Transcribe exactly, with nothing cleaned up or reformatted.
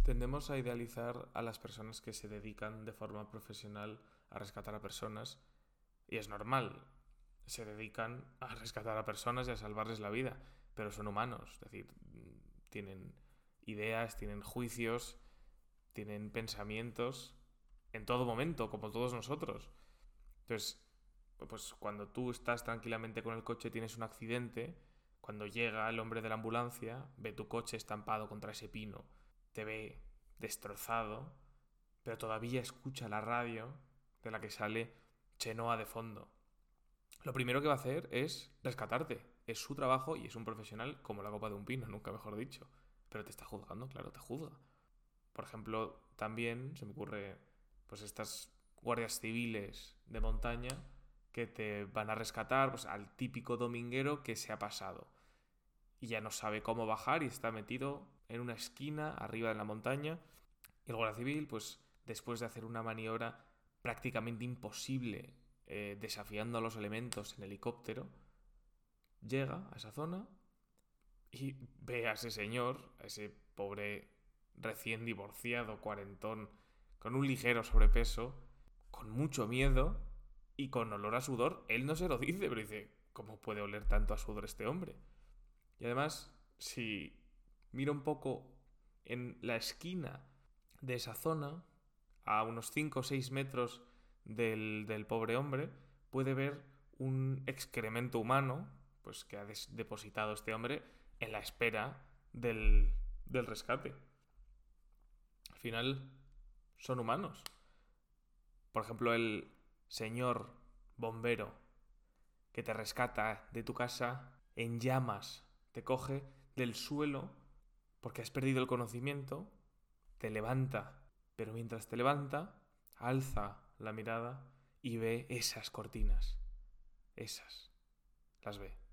Tendemos a idealizar a las personas que se dedican de forma profesional a rescatar a personas, y es normal. Se dedican a rescatar a personas y a salvarles la vida, pero son humanos, es decir, tienen ideas, tienen juicios, tienen pensamientos en todo momento, como todos nosotros. Entonces, pues cuando tú estás tranquilamente con el coche, tienes un accidente, cuando llega el hombre de la ambulancia, ve tu coche estampado contra ese pino, te ve destrozado, pero todavía escucha la radio de la que sale Chenoa de fondo. Lo primero que va a hacer es rescatarte. Es su trabajo y es un profesional como la copa de un pino, nunca mejor dicho. Pero te está juzgando, claro, te juzga. Por ejemplo, también se me ocurre pues estas guardias civiles de montaña que te van a rescatar pues, al típico dominguero que se ha pasado y ya no sabe cómo bajar y está metido en una esquina arriba de la montaña. Y el guardia civil, pues después de hacer una maniobra prácticamente imposible, eh, desafiando a los elementos en helicóptero, llega a esa zona y ve a ese señor, a ese pobre recién divorciado, cuarentón, con un ligero sobrepeso, con mucho miedo y con olor a sudor. Él no se lo dice, pero dice, ¿cómo puede oler tanto a sudor este hombre? Y además, si mira un poco en la esquina de esa zona, a unos cinco o seis metros del, del pobre hombre, puede ver un excremento humano, pues que ha des- depositado este hombre en la espera del, del rescate. Al final, son humanos. Por ejemplo, el señor bombero que te rescata de tu casa en llamas, te coge del suelo porque has perdido el conocimiento, te levanta, pero mientras te levanta, alza la mirada y ve esas cortinas. Esas. Las ve.